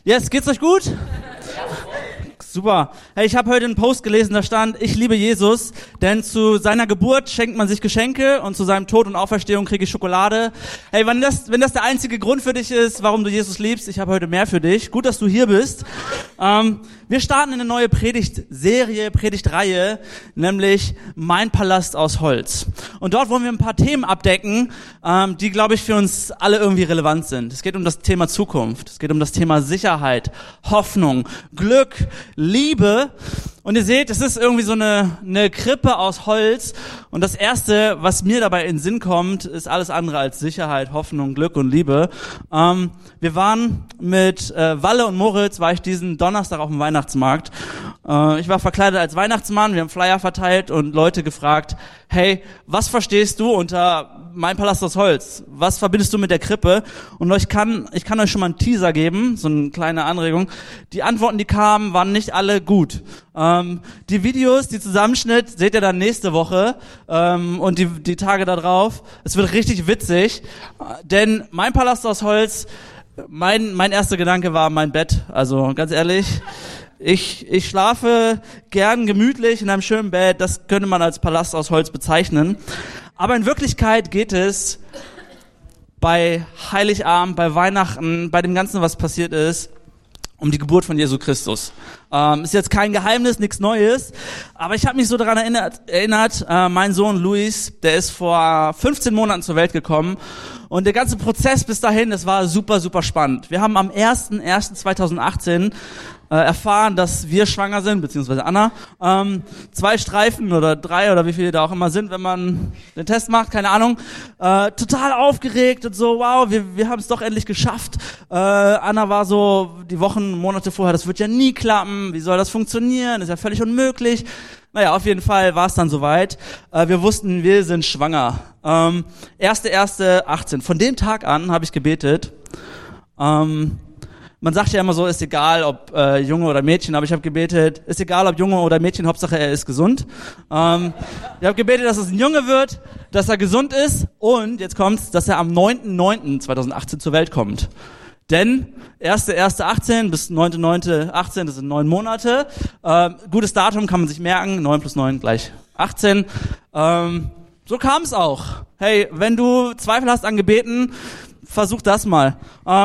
Yes, geht's euch gut? Super. Hey, ich habe heute einen Post gelesen, da stand, ich liebe Jesus, denn zu seiner Geburt schenkt man sich Geschenke und zu seinem Tod und Auferstehung kriege ich Schokolade. Hey, wenn das der einzige Grund für dich ist, warum du Jesus liebst, ich habe heute mehr für dich. Gut, dass du hier bist. Wir starten in eine neue Predigtreihe, nämlich Mein Palast aus Holz. Und dort wollen wir ein paar Themen abdecken, die, glaube ich, für uns alle irgendwie relevant sind. Es geht um das Thema Zukunft, es geht um das Thema Sicherheit, Hoffnung, Glück, Liebe. Und ihr seht, es ist irgendwie so eine Krippe aus Holz. Und das Erste, was mir dabei in den Sinn kommt, ist alles andere als Sicherheit, Hoffnung, Glück und Liebe. Wir waren mit Walle und Moritz, war ich diesen Donnerstag auf dem Weihnachtsmarkt. Ich war verkleidet als Weihnachtsmann, wir haben Flyer verteilt und Leute gefragt, hey, was verstehst du unter Mein Palast aus Holz? Was verbindest du mit der Krippe? Und ich kann euch schon mal einen Teaser geben, so eine kleine Anregung. Die Antworten, die kamen, waren nicht alle gut. Die Videos, die Zusammenschnitt, seht ihr dann nächste Woche und die Tage da drauf. Es wird richtig witzig, denn Mein Palast aus Holz, mein erster Gedanke war mein Bett. Also ganz ehrlich, ich schlafe gern gemütlich in einem schönen Bett, das könnte man als Palast aus Holz bezeichnen. Aber in Wirklichkeit geht es bei Heiligabend, bei Weihnachten, bei dem Ganzen, was passiert ist, um die Geburt von Jesu Christus. Ist jetzt kein Geheimnis, nichts Neues, aber ich habe mich so daran erinnert, mein Sohn Luis, der ist vor 15 Monaten zur Welt gekommen und der ganze Prozess bis dahin, das war super, super spannend. Wir haben am 1.1.2018 erfahren, dass wir schwanger sind, beziehungsweise Anna. 2 Streifen oder 3 oder wie viele da auch immer sind, wenn man den Test macht, keine Ahnung. Total aufgeregt und so, wow, wir haben es doch endlich geschafft. Anna war so die Wochen, Monate vorher, das wird ja nie klappen, wie soll das funktionieren, ist ja völlig unmöglich. Naja, auf jeden Fall war es dann soweit. Wir wussten, wir sind schwanger. 1.1.18. Von dem Tag an habe ich gebetet. Man sagt ja immer so, ist egal, ob Junge oder Mädchen, aber ich habe gebetet, ist egal, ob Junge oder Mädchen, Hauptsache er ist gesund. Ich habe gebetet, dass es ein Junge wird, dass er gesund ist und, jetzt kommt's, dass er am 9.9.2018 zur Welt kommt. Denn 1.1.18 bis 9.9.18, das sind 9 Monate. Gutes Datum kann man sich merken, 9 plus 9 gleich 18. So kam es auch. Hey, wenn du Zweifel hast an Gebeten, versuch das mal.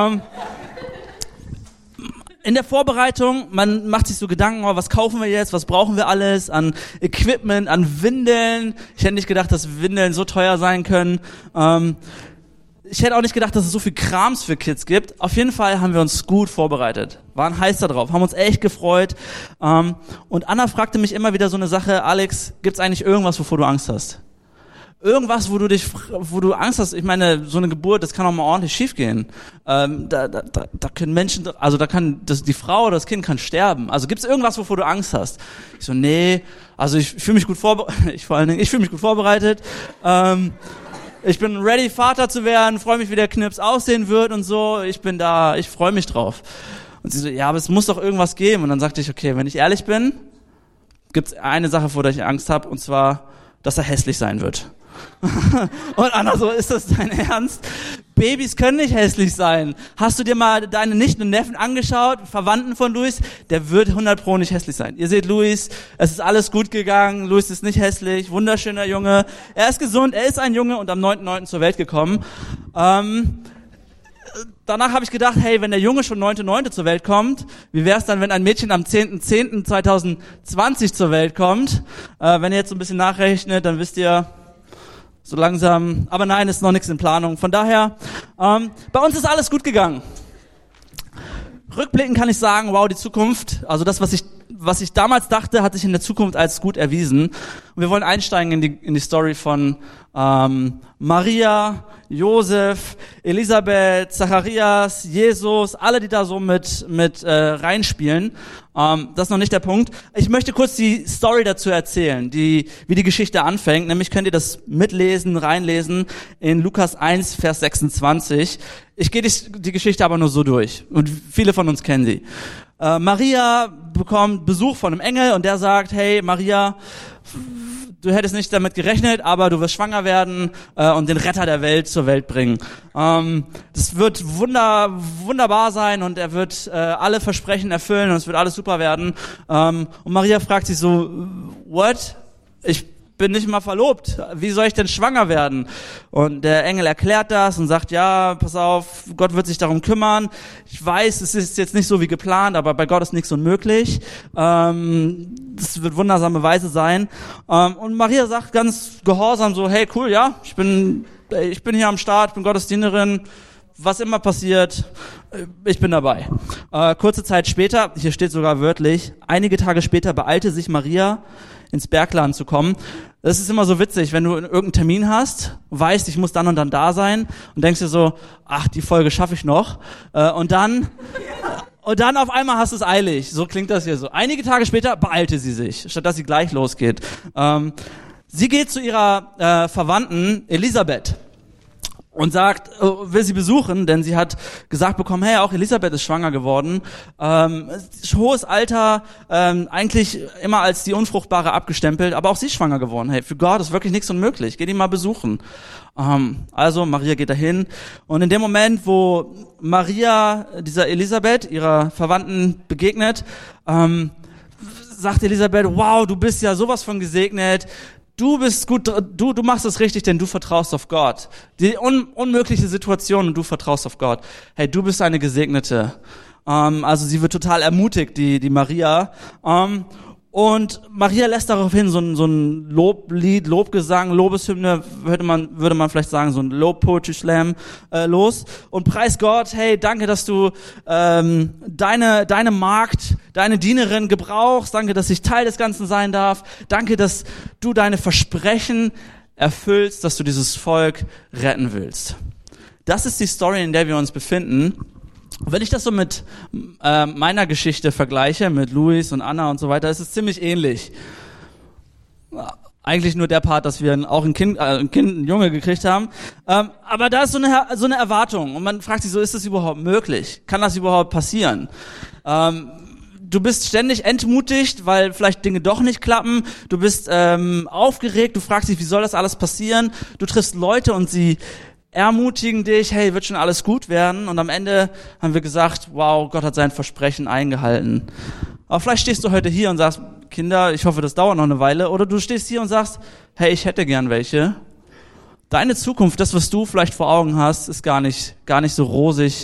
In der Vorbereitung, man macht sich so Gedanken, was kaufen wir jetzt, was brauchen wir alles an Equipment, an Windeln. Ich hätte nicht gedacht, dass Windeln so teuer sein können. Ich hätte auch nicht gedacht, dass es so viel Krams für Kids gibt. Auf jeden Fall haben wir uns gut vorbereitet, waren heiß da drauf, haben uns echt gefreut. Und Anna fragte mich immer wieder so eine Sache, Alex, gibt's eigentlich irgendwas, wovor du Angst hast? Irgendwas, wo du Angst hast. Ich meine, so eine Geburt, das kann auch mal ordentlich schiefgehen. Da können Menschen, also da kann die Frau oder das Kind kann sterben. Also gibt's irgendwas, wovor du Angst hast? Ich so, nee. Also ich fühle mich gut vorbereitet. Ich bin ready, Vater zu werden. Freue mich, wie der Knips aussehen wird und so. Ich bin da. Ich freue mich drauf. Und sie so, ja, aber es muss doch irgendwas geben. Und dann sagte ich, okay, wenn ich ehrlich bin, gibt's eine Sache, vor der ich Angst habe, und zwar, dass er hässlich sein wird. Und Anna so, ist das dein Ernst? Babys können nicht hässlich sein. Hast du dir mal deine Nichten und Neffen angeschaut, Verwandten von Luis? Der wird 100% nicht hässlich sein. Ihr seht Luis, es ist alles gut gegangen, Luis ist nicht hässlich, wunderschöner Junge. Er ist gesund, er ist ein Junge und am 9.9. zur Welt gekommen. Danach habe ich gedacht, hey, wenn der Junge schon 9.9. zur Welt kommt, wie wäre es dann, wenn ein Mädchen am 10.10.2020 zur Welt kommt? Wenn ihr jetzt so ein bisschen nachrechnet, dann wisst ihr, so langsam, aber nein, ist noch nichts in Planung. Von daher, bei uns ist alles gut gegangen. Rückblickend kann ich sagen, wow, die Zukunft, also das, was ich damals dachte, hat sich in der Zukunft als gut erwiesen. Und wir wollen einsteigen in die Story von Maria, Josef, Elisabeth, Zacharias, Jesus, alle, die da so mit reinspielen. Das ist noch nicht der Punkt. Ich möchte kurz die Story dazu erzählen, wie die Geschichte anfängt. Nämlich könnt ihr das mitlesen, reinlesen in Lukas 1, Vers 26. Ich gehe die Geschichte aber nur so durch. Und viele von uns kennen sie. Maria bekommt Besuch von einem Engel und der sagt, hey Maria, du hättest nicht damit gerechnet, aber du wirst schwanger werden und den Retter der Welt zur Welt bringen. Das wird wunderbar sein und er wird alle Versprechen erfüllen und es wird alles super werden. Und Maria fragt sich so, what? Ich bin nicht mal verlobt. Wie soll ich denn schwanger werden? Und der Engel erklärt das und sagt, ja, pass auf, Gott wird sich darum kümmern. Ich weiß, es ist jetzt nicht so wie geplant, aber bei Gott ist nichts unmöglich. Das wird wundersame Weise sein. Und Maria sagt ganz gehorsam so, hey, cool, ja, ich bin hier am Start, bin Gottesdienerin, was immer passiert, ich bin dabei. Kurze Zeit später, hier steht sogar wörtlich, einige Tage später beeilte sich Maria, ins Bergland zu kommen. Das ist immer so witzig, wenn du irgendeinen Termin hast, weißt, ich muss dann und dann da sein und denkst dir so, ach, die Folge schaffe ich noch. Und dann auf einmal hast du es eilig. So klingt das hier so. Einige Tage später beeilte sie sich, statt dass sie gleich losgeht. Sie geht zu ihrer Verwandten Elisabeth und sagt, will sie besuchen, denn sie hat gesagt bekommen, hey, auch Elisabeth ist schwanger geworden. Hohes Alter, eigentlich immer als die Unfruchtbare abgestempelt, aber auch sie ist schwanger geworden. Hey, für Gott ist wirklich nichts unmöglich. Geh die mal besuchen. Also Maria geht dahin und in dem Moment, wo Maria dieser Elisabeth, ihrer Verwandten, begegnet, sagt Elisabeth, wow, du bist ja sowas von gesegnet. Du bist gut, du machst es richtig, denn du vertraust auf Gott. Die unmögliche Situation und du vertraust auf Gott. Hey, du bist eine Gesegnete. Also sie wird total ermutigt, die Maria. Und Maria lässt daraufhin so ein Loblied, Lobgesang, Lobeshymne, würde man vielleicht sagen, so ein Lob-Poetry Slam los und preist Gott, hey, danke, dass du deine Magd, deine Dienerin gebrauchst, danke, dass ich Teil des Ganzen sein darf, danke, dass du deine Versprechen erfüllst, dass du dieses Volk retten willst. Das ist die Story, in der wir uns befinden. Wenn ich das so mit meiner Geschichte vergleiche, mit Luis und Anna und so weiter, ist es ziemlich ähnlich. Eigentlich nur der Part, dass wir auch ein Junge gekriegt haben. Aber da ist so eine Erwartung. Und man fragt sich so, ist das überhaupt möglich? Kann das überhaupt passieren? Du bist ständig entmutigt, weil vielleicht Dinge doch nicht klappen. Du bist aufgeregt, du fragst dich, wie soll das alles passieren? Du triffst Leute und sie ermutigen dich, hey, wird schon alles gut werden. Und am Ende haben wir gesagt, wow, Gott hat sein Versprechen eingehalten. Aber vielleicht stehst du heute hier und sagst, Kinder, ich hoffe, das dauert noch eine Weile. Oder du stehst hier und sagst, hey, ich hätte gern welche. Deine Zukunft, das, was du vielleicht vor Augen hast, ist gar nicht so rosig,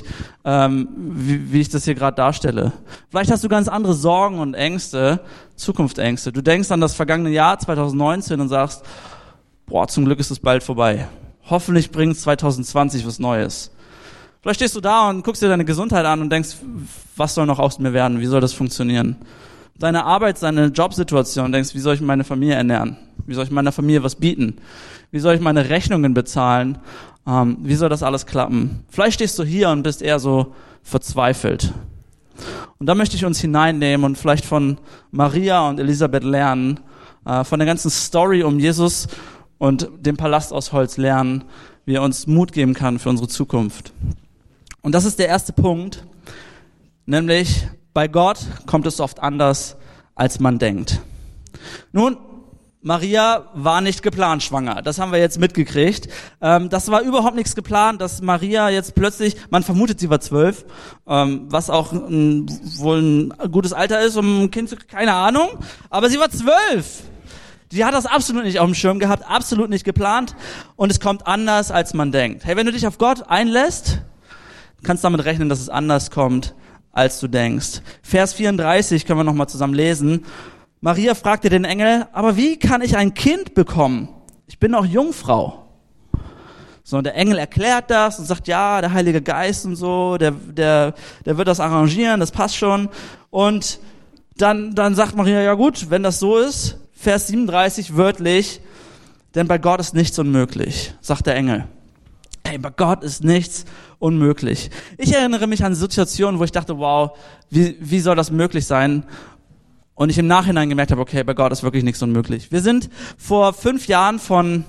wie ich das hier gerade darstelle. Vielleicht hast du ganz andere Sorgen und Ängste, Zukunftsängste. Du denkst an das vergangene Jahr 2019 und sagst, boah, zum Glück ist es bald vorbei. Hoffentlich bringt 2020 was Neues. Vielleicht stehst du da und guckst dir deine Gesundheit an und denkst, was soll noch aus mir werden? Wie soll das funktionieren? Deine deine Jobsituation, denkst, wie soll ich meine Familie ernähren? Wie soll ich meiner Familie was bieten? Wie soll ich meine Rechnungen bezahlen? Wie soll das alles klappen? Vielleicht stehst du hier und bist eher so verzweifelt. Und da möchte ich uns hineinnehmen und vielleicht von Maria und Elisabeth lernen, von der ganzen Story um Jesus und dem Palast aus Holz lernen, wie er uns Mut geben kann für unsere Zukunft. Und das ist der erste Punkt, nämlich bei Gott kommt es oft anders, als man denkt. Nun, Maria war nicht geplant schwanger, das haben wir jetzt mitgekriegt. Das war überhaupt nichts geplant, dass Maria jetzt plötzlich, man vermutet, sie war 12, was auch wohl ein gutes Alter ist, um ein Kind zu, keine Ahnung, aber sie war 12. Die hat das absolut nicht auf dem Schirm gehabt, absolut nicht geplant und es kommt anders, als man denkt. Hey, wenn du dich auf Gott einlässt, kannst du damit rechnen, dass es anders kommt, als du denkst. Vers 34 können wir nochmal zusammen lesen. Maria fragte den Engel, aber wie kann ich ein Kind bekommen? Ich bin noch Jungfrau. So, und der Engel erklärt das und sagt, ja, der Heilige Geist und so, der wird das arrangieren, das passt schon. Und dann sagt Maria, ja gut, wenn das so ist, Vers 37 wörtlich, denn bei Gott ist nichts unmöglich, sagt der Engel. Hey, bei Gott ist nichts unmöglich. Ich erinnere mich an Situationen, wo ich dachte, wow, wie soll das möglich sein? Und ich im Nachhinein gemerkt habe, okay, bei Gott ist wirklich nichts unmöglich. Wir sind vor 3 Jahren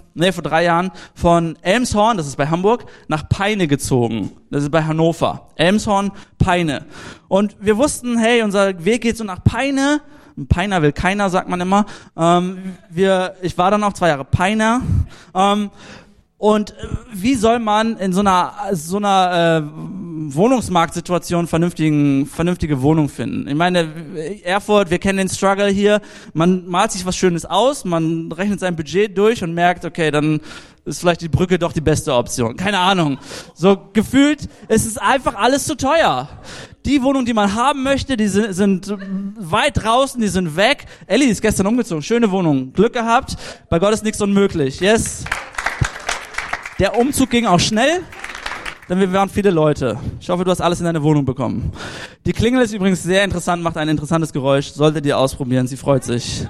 von Elmshorn, das ist bei Hamburg, nach Peine gezogen. Das ist bei Hannover. Elmshorn, Peine. Und wir wussten, hey, unser Weg geht so nach Peine, Ein Peiner will keiner, sagt man immer. Ich war dann auch 2 Jahre Peiner. Und wie soll man in so einer Wohnungsmarktsituation vernünftige Wohnung finden? Ich meine, Erfurt, wir kennen den Struggle hier. Man malt sich was Schönes aus, man rechnet sein Budget durch und merkt, okay, dann ist vielleicht die Brücke doch die beste Option. Keine Ahnung. So gefühlt, es ist einfach alles zu teuer. Die Wohnung, die man haben möchte, die sind weit draußen, die sind weg. Ellie ist gestern umgezogen. Schöne Wohnung. Glück gehabt. Bei Gott ist nichts unmöglich. Yes. Der Umzug ging auch schnell, denn wir waren viele Leute. Ich hoffe, du hast alles in deine Wohnung bekommen. Die Klingel ist übrigens sehr interessant, macht ein interessantes Geräusch. Solltet ihr ausprobieren, sie freut sich.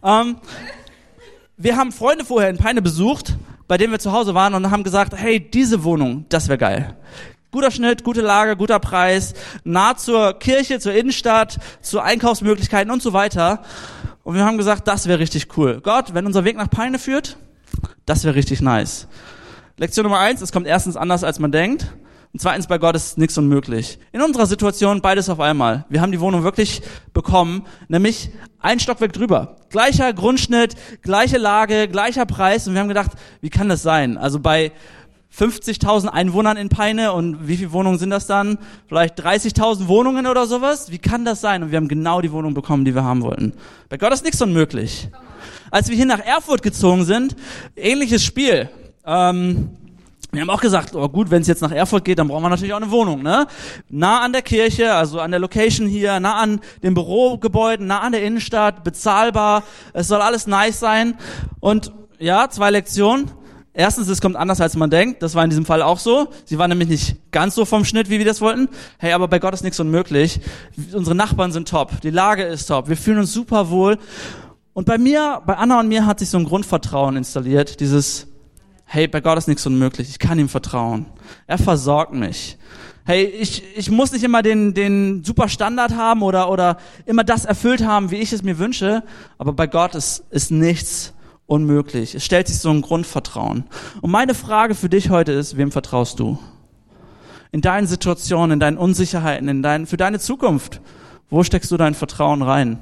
Wir haben Freunde vorher in Peine besucht, bei denen wir zu Hause waren und haben gesagt, hey, diese Wohnung, das wäre geil. Guter Schnitt, gute Lage, guter Preis, nah zur Kirche, zur Innenstadt, zu Einkaufsmöglichkeiten und so weiter. Und wir haben gesagt, das wäre richtig cool. Gott, wenn unser Weg nach Peine führt, das wäre richtig nice. Lektion Nummer 1, es kommt erstens anders, als man denkt. Und zweitens, bei Gott ist nichts unmöglich. In unserer Situation beides auf einmal. Wir haben die Wohnung wirklich bekommen, nämlich ein Stockwerk drüber. Gleicher Grundschnitt, gleiche Lage, gleicher Preis. Und wir haben gedacht, wie kann das sein? Also bei 50.000 Einwohnern in Peine und wie viele Wohnungen sind das dann? Vielleicht 30.000 Wohnungen oder sowas? Wie kann das sein? Und wir haben genau die Wohnung bekommen, die wir haben wollten. Bei Gott ist nichts unmöglich. Als wir hier nach Erfurt gezogen sind, ähnliches Spiel. Wir haben auch gesagt, oh gut, wenn es jetzt nach Erfurt geht, dann brauchen wir natürlich auch eine Wohnung, ne? Nah an der Kirche, also an der Location hier, nah an den Bürogebäuden, nah an der Innenstadt, bezahlbar, es soll alles nice sein. Und ja, 2 Lektionen. Erstens, es kommt anders, als man denkt. Das war in diesem Fall auch so. Sie waren nämlich nicht ganz so vom Schnitt, wie wir das wollten. Hey, aber bei Gott ist nichts unmöglich. Unsere Nachbarn sind top, die Lage ist top, wir fühlen uns super wohl. Und bei Anna und mir hat sich so ein Grundvertrauen installiert, dieses hey, bei Gott ist nichts unmöglich. Ich kann ihm vertrauen. Er versorgt mich. Hey, ich muss nicht immer den super Standard haben oder immer das erfüllt haben, wie ich es mir wünsche. Aber bei Gott ist nichts unmöglich. Es stellt sich so ein Grundvertrauen. Und meine Frage für dich heute ist, wem vertraust du? In deinen Situationen, in deinen Unsicherheiten, für deine Zukunft. Wo steckst du dein Vertrauen rein?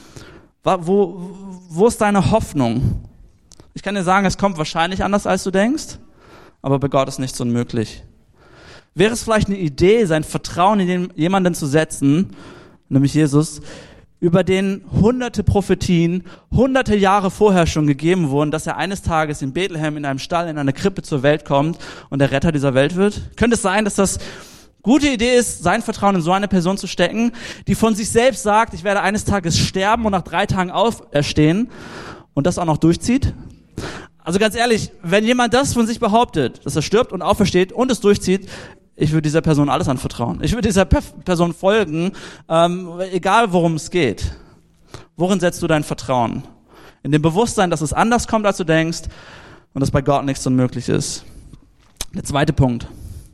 Wo ist deine Hoffnung? Ich kann dir sagen, es kommt wahrscheinlich anders, als du denkst, aber bei Gott ist nichts unmöglich. Wäre es vielleicht eine Idee, sein Vertrauen in jemanden zu setzen, nämlich Jesus, über den hunderte Prophetien, hunderte Jahre vorher schon gegeben wurden, dass er eines Tages in Bethlehem in einem Stall, in einer Krippe zur Welt kommt und der Retter dieser Welt wird? Könnte es sein, dass das gute Idee ist, sein Vertrauen in so eine Person zu stecken, die von sich selbst sagt, ich werde eines Tages sterben und nach 3 Tagen auferstehen und das auch noch durchzieht? Also ganz ehrlich, wenn jemand das von sich behauptet, dass er stirbt und aufersteht und es durchzieht, ich würde dieser Person alles anvertrauen. Ich würde dieser Person folgen, egal worum es geht. Worin setzt du dein Vertrauen? In dem Bewusstsein, dass es anders kommt, als du denkst und dass bei Gott nichts unmöglich ist. Der zweite Punkt.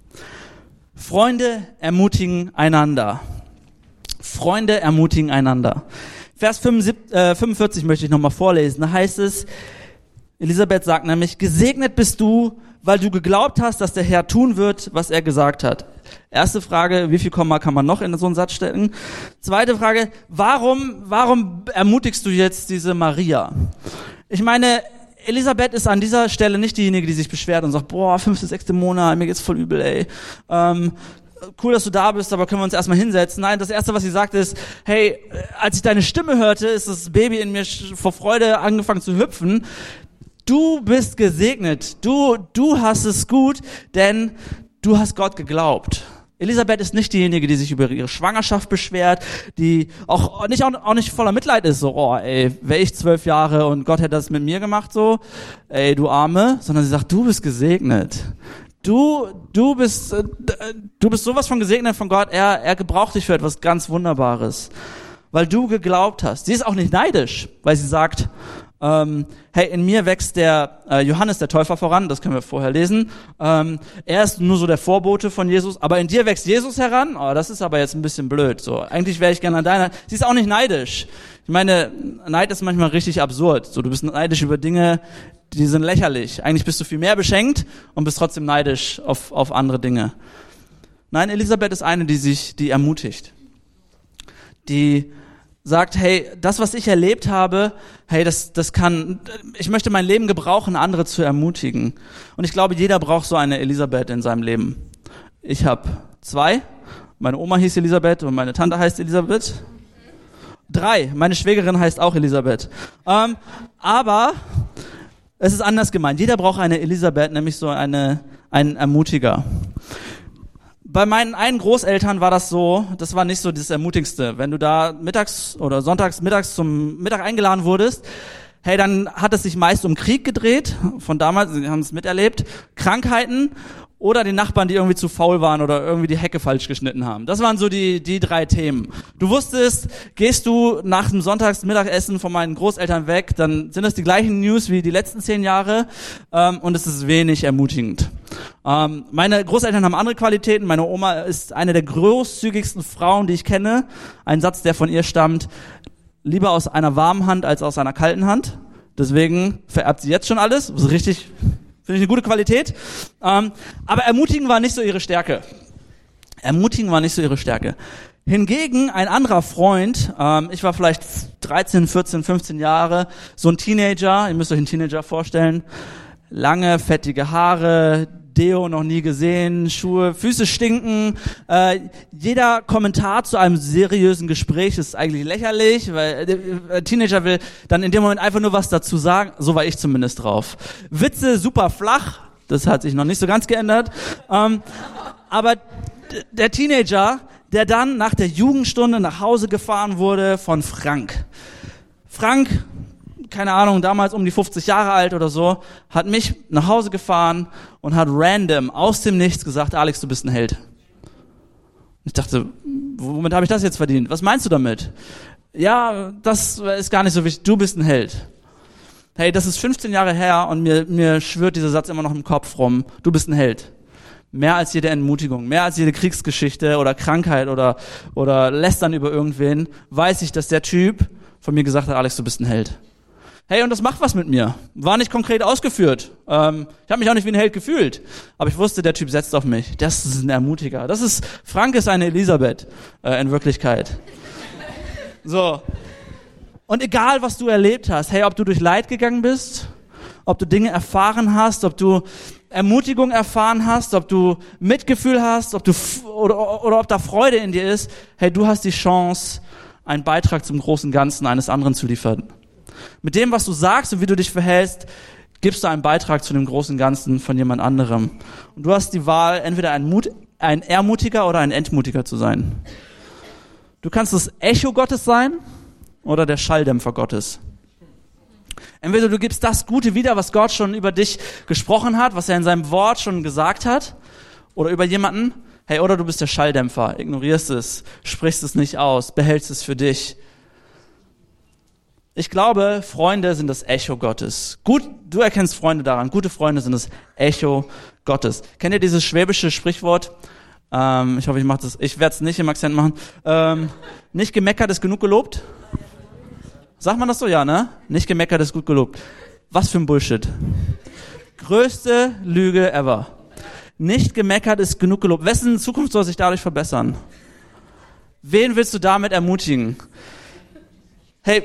Freunde ermutigen einander. Freunde ermutigen einander. Vers 45 möchte ich nochmal vorlesen. Da heißt es, Elisabeth sagt nämlich, gesegnet bist du, weil du geglaubt hast, dass der Herr tun wird, was er gesagt hat. Erste Frage, wie viel Komma kann man noch in so einen Satz stecken? Zweite Frage, warum ermutigst du jetzt diese Maria? Ich meine, Elisabeth ist an dieser Stelle nicht diejenige, die sich beschwert und sagt, 5., 6. Monat, mir geht's voll übel, ey. Cool, dass du da bist, aber können wir uns erstmal hinsetzen? Nein, das Erste, was sie sagt, ist, hey, als ich deine Stimme hörte, ist das Baby in mir vor Freude angefangen zu hüpfen. Du bist gesegnet, du hast es gut, denn du hast Gott geglaubt. Elisabeth ist nicht diejenige, die sich über ihre Schwangerschaft beschwert, die auch nicht voller Mitleid ist, so, wäre ich 12 Jahre und Gott hätte das mit mir gemacht, so, ey, du Arme, sondern sie sagt, du bist gesegnet. Du bist sowas von gesegnet von Gott, er gebraucht dich für etwas ganz Wunderbares, weil du geglaubt hast. Sie ist auch nicht neidisch, weil sie sagt, hey, in mir wächst der Johannes der Täufer voran, das können wir vorher lesen. Er ist nur so der Vorbote von Jesus, aber in dir wächst Jesus heran. Oh, das ist aber jetzt ein bisschen blöd. So, eigentlich wäre ich gerne an deiner. Sie ist auch nicht neidisch. Ich meine, Neid ist manchmal richtig absurd. So, du bist neidisch über Dinge, die sind lächerlich. Eigentlich bist du viel mehr beschenkt und bist trotzdem neidisch auf andere Dinge. Nein, Elisabeth ist eine, die ermutigt, die sagt, hey, das, was ich erlebt habe, hey, ich möchte mein Leben gebrauchen, andere zu ermutigen. Und ich glaube, jeder braucht so eine Elisabeth in seinem Leben. Ich habe 2. Meine Oma hieß Elisabeth und meine Tante heißt Elisabeth. 3. Meine Schwägerin heißt auch Elisabeth. Aber es ist anders gemeint. Jeder braucht eine Elisabeth, nämlich so einen Ermutiger. Bei meinen einen Großeltern war das so, das war nicht so das Ermutigste. Wenn du da mittags oder sonntags mittags zum Mittag eingeladen wurdest, hey, dann hat es sich meist um Krieg gedreht, von damals, sie haben es miterlebt, Krankheiten oder die Nachbarn, die irgendwie zu faul waren oder irgendwie die Hecke falsch geschnitten haben. Das waren so die 3 Themen. Du wusstest, gehst du nach dem Sonntagsmittagessen von meinen Großeltern weg, dann sind das die gleichen News wie die letzten 10 Jahre und es ist wenig ermutigend. Meine Großeltern haben andere Qualitäten. Meine Oma ist eine der großzügigsten Frauen, die ich kenne. Ein Satz, der von ihr stammt: Lieber aus einer warmen Hand als aus einer kalten Hand. Deswegen vererbt sie jetzt schon alles. Das ist richtig, finde ich eine gute Qualität. Aber ermutigen war nicht so ihre Stärke. Hingegen ein anderer Freund, ich war vielleicht 13, 14, 15 Jahre, so ein Teenager, ihr müsst euch einen Teenager vorstellen, lange, fettige Haare, Deo noch nie gesehen, Schuhe, Füße stinken. Jeder Kommentar zu einem seriösen Gespräch ist eigentlich lächerlich, weil der Teenager will dann in dem Moment einfach nur was dazu sagen. So war ich zumindest drauf. Witze super flach, das hat sich noch nicht so ganz geändert. Aber der Teenager, der dann nach der Jugendstunde nach Hause gefahren wurde von Frank. Frank, keine Ahnung, damals um die 50 Jahre alt oder so, hat mich nach Hause gefahren und hat random aus dem Nichts gesagt: Alex, du bist ein Held. Ich dachte, womit habe ich das jetzt verdient? Was meinst du damit? Ja, das ist gar nicht so wichtig, du bist ein Held. Hey, das ist 15 Jahre her und mir schwirrt dieser Satz immer noch im Kopf rum. Du bist ein Held. Mehr als jede Entmutigung, mehr als jede Kriegsgeschichte oder Krankheit oder Lästern über irgendwen, weiß ich, dass der Typ von mir gesagt hat: Alex, du bist ein Held. Hey, und das macht was mit mir. War nicht konkret ausgeführt. Ich habe mich auch nicht wie ein Held gefühlt. Aber ich wusste, der Typ setzt auf mich. Das ist ein Ermutiger. Frank ist eine Elisabeth in Wirklichkeit. So. Und egal, was du erlebt hast, hey, ob du durch Leid gegangen bist, ob du Dinge erfahren hast, ob du Ermutigung erfahren hast, ob du Mitgefühl hast, oder ob da Freude in dir ist, hey, du hast die Chance, einen Beitrag zum großen Ganzen eines anderen zu liefern. Mit dem, was du sagst und wie du dich verhältst, gibst du einen Beitrag zu dem großen Ganzen von jemand anderem. Und du hast die Wahl, entweder ein Ermutiger oder ein Entmutiger zu sein. Du kannst das Echo Gottes sein oder der Schalldämpfer Gottes. Entweder du gibst das Gute wieder, was Gott schon über dich gesprochen hat, was er in seinem Wort schon gesagt hat, oder über jemanden. Hey, oder du bist der Schalldämpfer, ignorierst es, sprichst es nicht aus, behältst es für dich. Ich glaube, Freunde sind das Echo Gottes. Gut, du erkennst Freunde daran. Gute Freunde sind das Echo Gottes. Kennt ihr dieses schwäbische Sprichwort? Ich hoffe, ich werde es nicht im Akzent machen. Nicht gemeckert ist genug gelobt. Sagt man das so? Ja, ne? Nicht gemeckert ist gut gelobt. Was für ein Bullshit. Größte Lüge ever. Nicht gemeckert ist genug gelobt. Wessen Zukunft soll sich dadurch verbessern? Wen willst du damit ermutigen? Hey,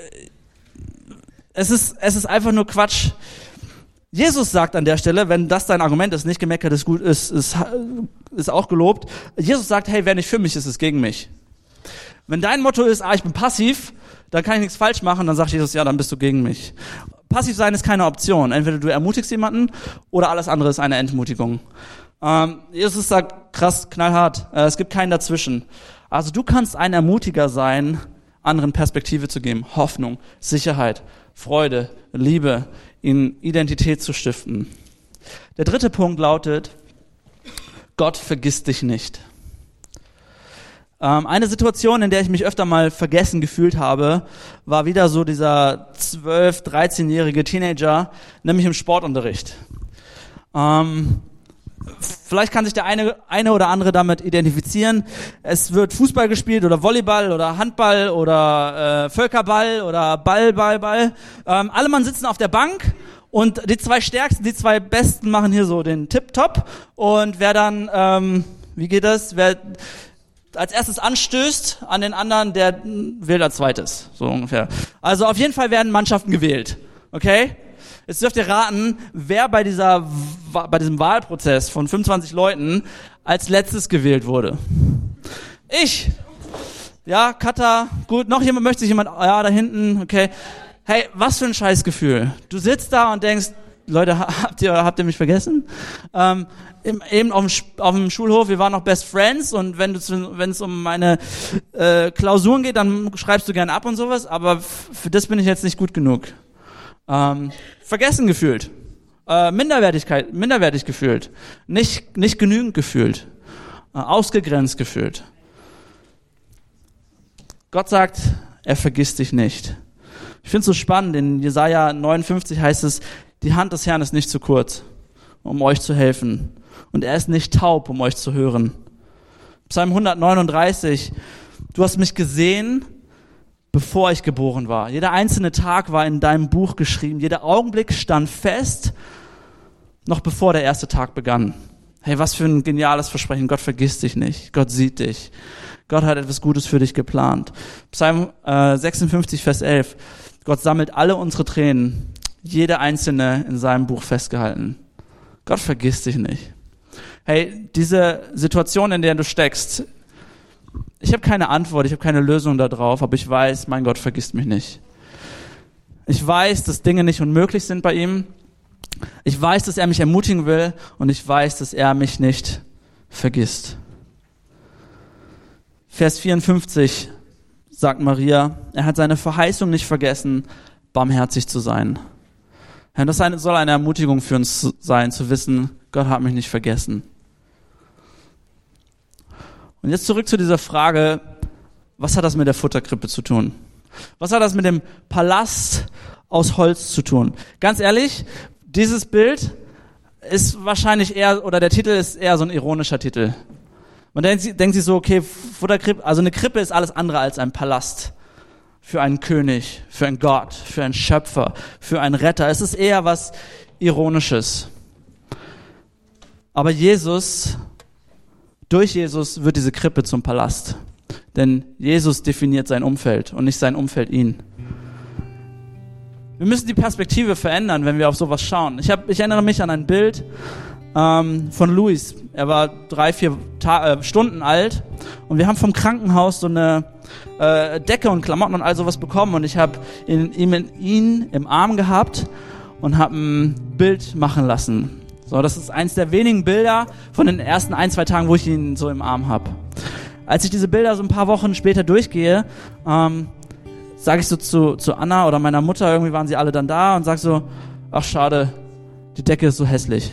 es ist einfach nur Quatsch. Jesus sagt an der Stelle, wenn das dein Argument ist, nicht gemeckert ist gut, ist auch gelobt. Jesus sagt, hey, wer nicht für mich ist, ist gegen mich. Wenn dein Motto ist, ich bin passiv, dann kann ich nichts falsch machen, dann sagt Jesus, ja, dann bist du gegen mich. Passiv sein ist keine Option. Entweder du ermutigst jemanden oder alles andere ist eine Entmutigung. Jesus sagt, krass, knallhart, es gibt keinen dazwischen. Also du kannst ein Ermutiger sein, anderen Perspektive zu geben, Hoffnung, Sicherheit, Freude, Liebe, ihnen Identität zu stiften. Der 3. Punkt lautet, Gott vergisst dich nicht. Eine Situation, in der ich mich öfter mal vergessen gefühlt habe, war wieder so dieser 12-, 13-jährige Teenager, nämlich im Sportunterricht. Vielleicht kann sich der eine oder andere damit identifizieren. Es wird Fußball gespielt oder Volleyball oder Handball oder Völkerball oder Ball. Alle Mann sitzen auf der Bank und die 2 Stärksten, die 2 Besten machen hier so den Tip-Top. Und wer dann, wie geht das? als erstes anstößt an den anderen, der wählt als zweites, so ungefähr. Also auf jeden Fall werden Mannschaften gewählt, okay? Jetzt dürft ihr raten, wer bei diesem Wahlprozess von 25 Leuten als letztes gewählt wurde. Ich. Ja, Katha, gut, möchte sich jemand, ja, da hinten, okay. Hey, was für ein Scheißgefühl. Du sitzt da und denkst, Leute, habt ihr mich vergessen? Eben auf dem Schulhof, wir waren noch Best Friends und wenn es um meine Klausuren geht, dann schreibst du gerne ab und sowas, aber für das bin ich jetzt nicht gut genug. Vergessen gefühlt, minderwertig gefühlt, nicht genügend gefühlt, ausgegrenzt gefühlt. Gott sagt, er vergisst dich nicht. Ich finde es so spannend, in Jesaja 59 heißt es, die Hand des Herrn ist nicht zu kurz, um euch zu helfen. Und er ist nicht taub, um euch zu hören. Psalm 139, du hast mich gesehen, bevor ich geboren war. Jeder einzelne Tag war in deinem Buch geschrieben. Jeder Augenblick stand fest, noch bevor der erste Tag begann. Hey, was für ein geniales Versprechen. Gott vergisst dich nicht. Gott sieht dich. Gott hat etwas Gutes für dich geplant. Psalm 56, Vers 11. Gott sammelt alle unsere Tränen, jede einzelne in seinem Buch festgehalten. Gott vergisst dich nicht. Hey, diese Situation, in der du steckst, ich habe keine Antwort, ich habe keine Lösung darauf, aber ich weiß, mein Gott vergisst mich nicht. Ich weiß, dass Dinge nicht unmöglich sind bei ihm. Ich weiß, dass er mich ermutigen will und ich weiß, dass er mich nicht vergisst. Vers 54 sagt Maria, er hat seine Verheißung nicht vergessen, barmherzig zu sein. Ja, das soll eine Ermutigung für uns sein, zu wissen, Gott hat mich nicht vergessen. Und jetzt zurück zu dieser Frage, was hat das mit der Futterkrippe zu tun? Was hat das mit dem Palast aus Holz zu tun? Ganz ehrlich, dieses Bild ist wahrscheinlich eher, oder der Titel ist eher so ein ironischer Titel. Man denkt sich so, okay, Futterkrippe, also eine Krippe ist alles andere als ein Palast. Für einen König, für einen Gott, für einen Schöpfer, für einen Retter. Es ist eher was Ironisches. Aber durch Jesus wird diese Krippe zum Palast. Denn Jesus definiert sein Umfeld und nicht sein Umfeld ihn. Wir müssen die Perspektive verändern, wenn wir auf sowas schauen. Ich erinnere mich an ein Bild von Luis. Er war 3-4 Stunden alt und wir haben vom Krankenhaus so eine Decke und Klamotten und all sowas bekommen und ich habe ihn im Arm gehabt und habe ein Bild machen lassen. So, das ist eins der wenigen Bilder von den ersten 1-2 Tagen, wo ich ihn so im Arm habe. Als ich diese Bilder so ein paar Wochen später durchgehe, sage ich so zu Anna oder meiner Mutter, irgendwie waren sie alle dann da und sag so, ach schade, die Decke ist so hässlich.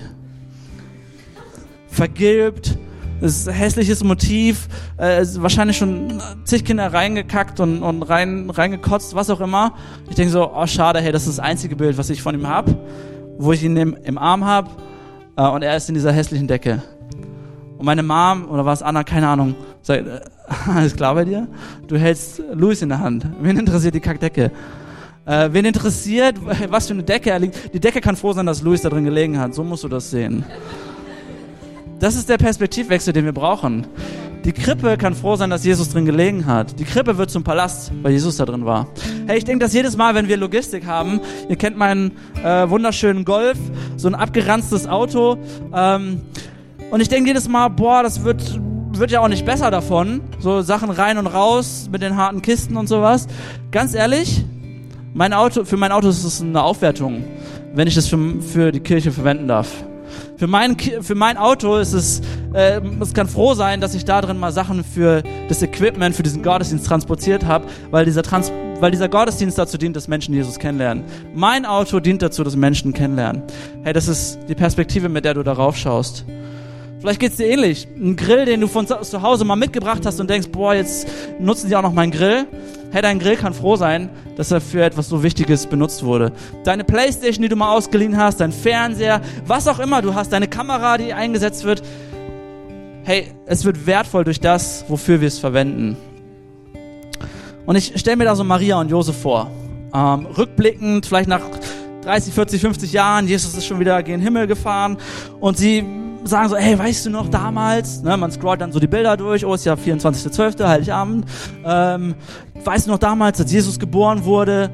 Vergilbt, es ist ein hässliches Motiv, wahrscheinlich schon zig Kinder reingekackt und reingekotzt, was auch immer. Ich denke so, oh schade, hey, das ist das einzige Bild, was ich von ihm habe, wo ich ihn im Arm habe und er ist in dieser hässlichen Decke. Und meine Mom, oder war es Anna, keine Ahnung, sagt, alles klar bei dir? Du hältst Luis in der Hand. Wen interessiert die Kackdecke? Wen interessiert, was für eine Decke er liegt? Die Decke kann froh sein, dass Luis da drin gelegen hat. So musst du das sehen. Das ist der Perspektivwechsel, den wir brauchen. Die Krippe kann froh sein, dass Jesus drin gelegen hat. Die Krippe wird zum Palast, weil Jesus da drin war. Hey, ich denke, dass jedes Mal, wenn wir Logistik haben, ihr kennt meinen wunderschönen Golf, so ein abgeranztes Auto, und ich denke jedes Mal, boah, das wird ja auch nicht besser davon. So Sachen rein und raus mit den harten Kisten und sowas. Ganz ehrlich, für mein Auto ist es eine Aufwertung, wenn ich das für die Kirche verwenden darf. Für mein Auto ist es kann froh sein, dass ich da drin mal Sachen für das Equipment, für diesen Gottesdienst transportiert habe, weil dieser Gottesdienst dazu dient, dass Menschen Jesus kennenlernen. Mein Auto dient dazu, dass Menschen kennenlernen. Hey, das ist die Perspektive, mit der du darauf schaust. Vielleicht geht's dir ähnlich. Ein Grill, den du von zu Hause mal mitgebracht hast und denkst, boah, jetzt nutzen die auch noch meinen Grill. Hey, dein Grill kann froh sein, dass er für etwas so Wichtiges benutzt wurde. Deine Playstation, die du mal ausgeliehen hast, dein Fernseher, was auch immer du hast, deine Kamera, die eingesetzt wird. Hey, es wird wertvoll durch das, wofür wir es verwenden. Und ich stelle mir da so Maria und Josef vor. Rückblickend, vielleicht nach 30, 40, 50 Jahren, Jesus ist schon wieder gen Himmel gefahren und sie sagen so, hey, weißt du noch damals, ne, man scrollt dann so die Bilder durch, oh, ist ja 24.12., Heiligabend, weißt du noch damals, als Jesus geboren wurde,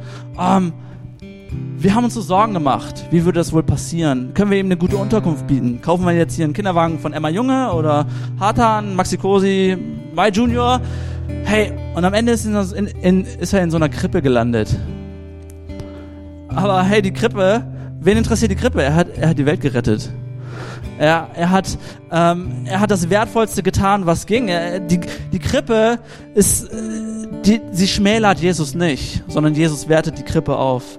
wir haben uns so Sorgen gemacht, wie würde das wohl passieren? Können wir ihm eine gute Unterkunft bieten? Kaufen wir jetzt hier einen Kinderwagen von Emma Junge oder Hartan, Maxi Cosi, My Junior? Hey, und am Ende ist er in so einer Krippe gelandet. Aber hey, die Krippe, wen interessiert die Krippe? Er hat die Welt gerettet. Er hat das Wertvollste getan, was ging. Die Krippe ist, sie schmälert Jesus nicht, sondern Jesus wertet die Krippe auf.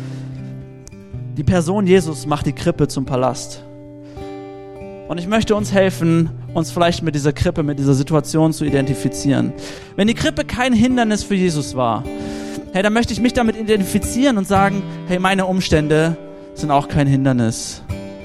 Die Person Jesus macht die Krippe zum Palast. Und ich möchte uns helfen, uns vielleicht mit dieser Krippe, mit dieser Situation zu identifizieren. Wenn die Krippe kein Hindernis für Jesus war, hey, dann möchte ich mich damit identifizieren und sagen, hey, meine Umstände sind auch kein Hindernis.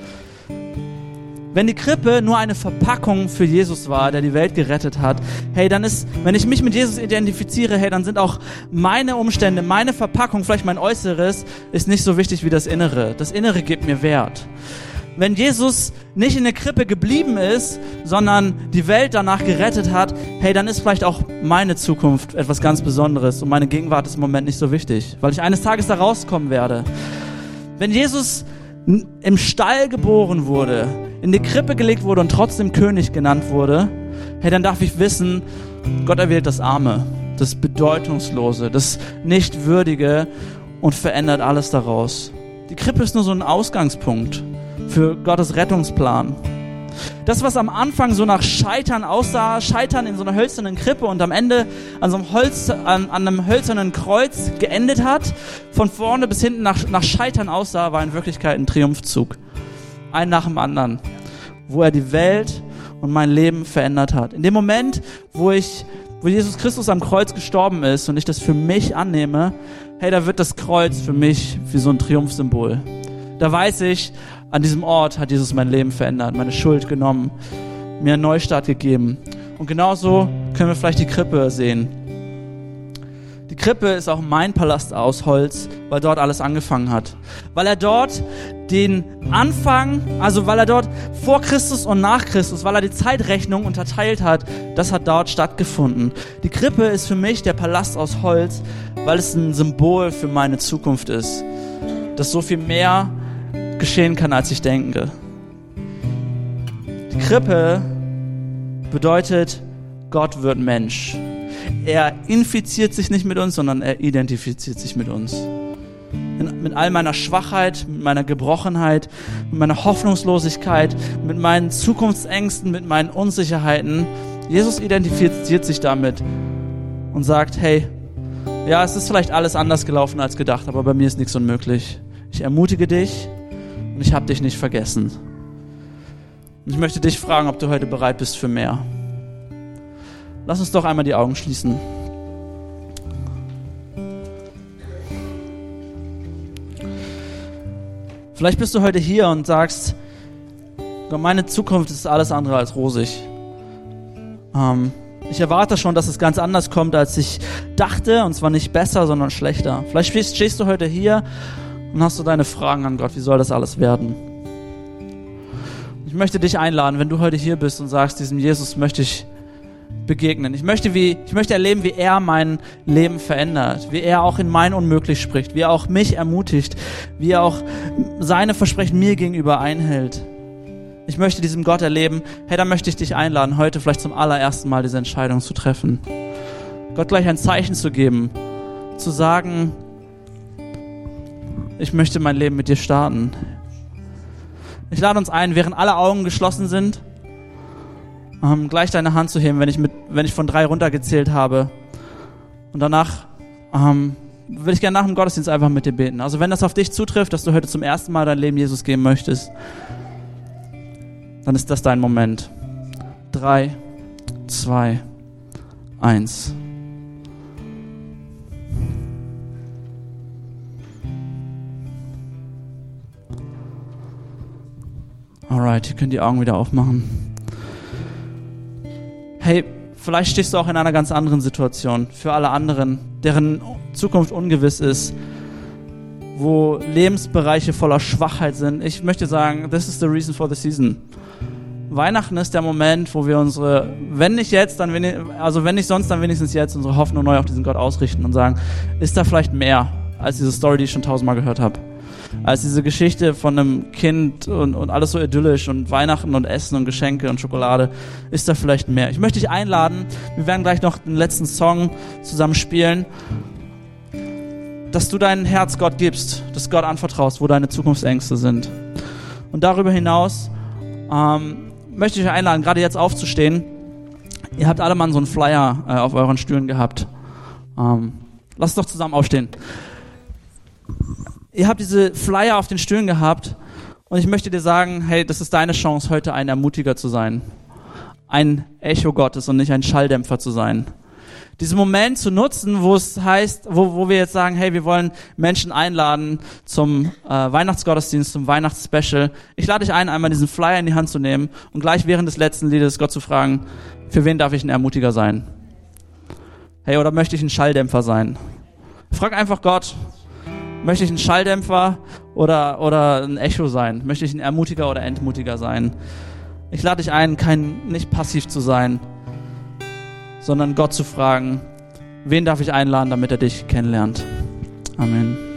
Wenn die Krippe nur eine Verpackung für Jesus war, der die Welt gerettet hat, hey, dann ist, wenn ich mich mit Jesus identifiziere, hey, dann sind auch meine Umstände, meine Verpackung, vielleicht mein Äußeres, ist nicht so wichtig wie das Innere. Das Innere gibt mir Wert. Wenn Jesus nicht in der Krippe geblieben ist, sondern die Welt danach gerettet hat, hey, dann ist vielleicht auch meine Zukunft etwas ganz Besonderes und meine Gegenwart ist im Moment nicht so wichtig, weil ich eines Tages da rauskommen werde. Wenn Jesus im Stall geboren wurde, in die Krippe gelegt wurde und trotzdem König genannt wurde, hey, dann darf ich wissen, Gott erwählt das Arme, das Bedeutungslose, das Nichtwürdige und verändert alles daraus. Die Krippe ist nur so ein Ausgangspunkt für Gottes Rettungsplan. Das, was am Anfang so nach Scheitern aussah, Scheitern in so einer hölzernen Krippe und am Ende an so einem einem hölzernen Kreuz geendet hat, von vorne bis hinten nach Scheitern aussah, war in Wirklichkeit ein Triumphzug. Ein nach dem anderen, wo er die Welt und mein Leben verändert hat. In dem Moment, wo Jesus Christus am Kreuz gestorben ist und ich das für mich annehme, hey, da wird das Kreuz für mich wie so ein Triumphsymbol. Da weiß ich, an diesem Ort hat Jesus mein Leben verändert, meine Schuld genommen, mir einen Neustart gegeben. Und genauso können wir vielleicht die Krippe sehen. Die Krippe ist auch mein Palast aus Holz, weil dort alles angefangen hat. Weil er dort den Anfang, also weil er dort vor Christus und nach Christus, weil er die Zeitrechnung unterteilt hat, das hat dort stattgefunden. Die Krippe ist für mich der Palast aus Holz, weil es ein Symbol für meine Zukunft ist. Dass so viel mehr geschehen kann, als ich denke. Die Krippe bedeutet, Gott wird Mensch. Er infiziert sich nicht mit uns, sondern er identifiziert sich mit uns. Mit all meiner Schwachheit, mit meiner Gebrochenheit, mit meiner Hoffnungslosigkeit, mit meinen Zukunftsängsten, mit meinen Unsicherheiten. Jesus identifiziert sich damit und sagt, hey, ja, es ist vielleicht alles anders gelaufen als gedacht, aber bei mir ist nichts unmöglich. Ich ermutige dich und ich habe dich nicht vergessen. Und ich möchte dich fragen, ob du heute bereit bist für mehr. Lass uns doch einmal die Augen schließen. Vielleicht bist du heute hier und sagst, meine Zukunft ist alles andere als rosig. Ich erwarte schon, dass es ganz anders kommt, als ich dachte, und zwar nicht besser, sondern schlechter. Vielleicht stehst du heute hier und hast du deine Fragen an Gott, wie soll das alles werden? Ich möchte dich einladen, wenn du heute hier bist und sagst, diesem Jesus möchte ich begegnen. Ich möchte erleben, wie er mein Leben verändert, wie er auch in mein Unmöglich spricht, wie er auch mich ermutigt, wie er auch seine Versprechen mir gegenüber einhält. Ich möchte diesem Gott erleben. Hey, dann möchte ich dich einladen, heute vielleicht zum allerersten Mal diese Entscheidung zu treffen. Gott gleich ein Zeichen zu geben, zu sagen, ich möchte mein Leben mit dir starten. Ich lade uns ein, während alle Augen geschlossen sind, gleich deine Hand zu heben, wenn ich von 3 runtergezählt habe. Und danach würde ich gerne nach dem Gottesdienst einfach mit dir beten. Also wenn das auf dich zutrifft, dass du heute zum ersten Mal dein Leben Jesus geben möchtest, dann ist das dein Moment. 3, 2, 1. Alright, ihr könnt die Augen wieder aufmachen. Hey, vielleicht stehst du auch in einer ganz anderen Situation. Für alle anderen, deren Zukunft ungewiss ist, wo Lebensbereiche voller Schwachheit sind. Ich möchte sagen, this is the reason for the season. Weihnachten ist der Moment, wo wir unsere, wenn nicht jetzt, dann wenn nicht sonst, dann wenigstens jetzt unsere Hoffnung neu auf diesen Gott ausrichten und sagen, ist da vielleicht mehr als diese Story, die ich schon 1000-mal gehört habe? Als diese Geschichte von einem Kind und alles so idyllisch und Weihnachten und Essen und Geschenke und Schokolade, ist da vielleicht mehr? Ich möchte dich einladen, wir werden gleich noch den letzten Song zusammen spielen, dass du dein Herz Gott gibst, dass Gott anvertraust, wo deine Zukunftsängste sind. Und darüber hinaus möchte ich euch einladen, gerade jetzt aufzustehen. Ihr habt alle mal so einen Flyer auf euren Stühlen gehabt. Lasst doch zusammen aufstehen. Ihr habt diese Flyer auf den Stühlen gehabt und ich möchte dir sagen, hey, das ist deine Chance, heute ein Ermutiger zu sein. Ein Echo Gottes und nicht ein Schalldämpfer zu sein. Diesen Moment zu nutzen, wo es heißt, wo wir jetzt sagen, hey, wir wollen Menschen einladen zum Weihnachtsgottesdienst, zum Weihnachtsspecial. Ich lade dich ein, einmal diesen Flyer in die Hand zu nehmen und gleich während des letzten Liedes Gott zu fragen, für wen darf ich ein Ermutiger sein? Hey, oder möchte ich ein Schalldämpfer sein? Frag einfach Gott, möchte ich ein Schalldämpfer oder ein Echo sein? Möchte ich ein Ermutiger oder Entmutiger sein? Ich lade dich ein, nicht passiv zu sein, sondern Gott zu fragen, wen darf ich einladen, damit er dich kennenlernt. Amen.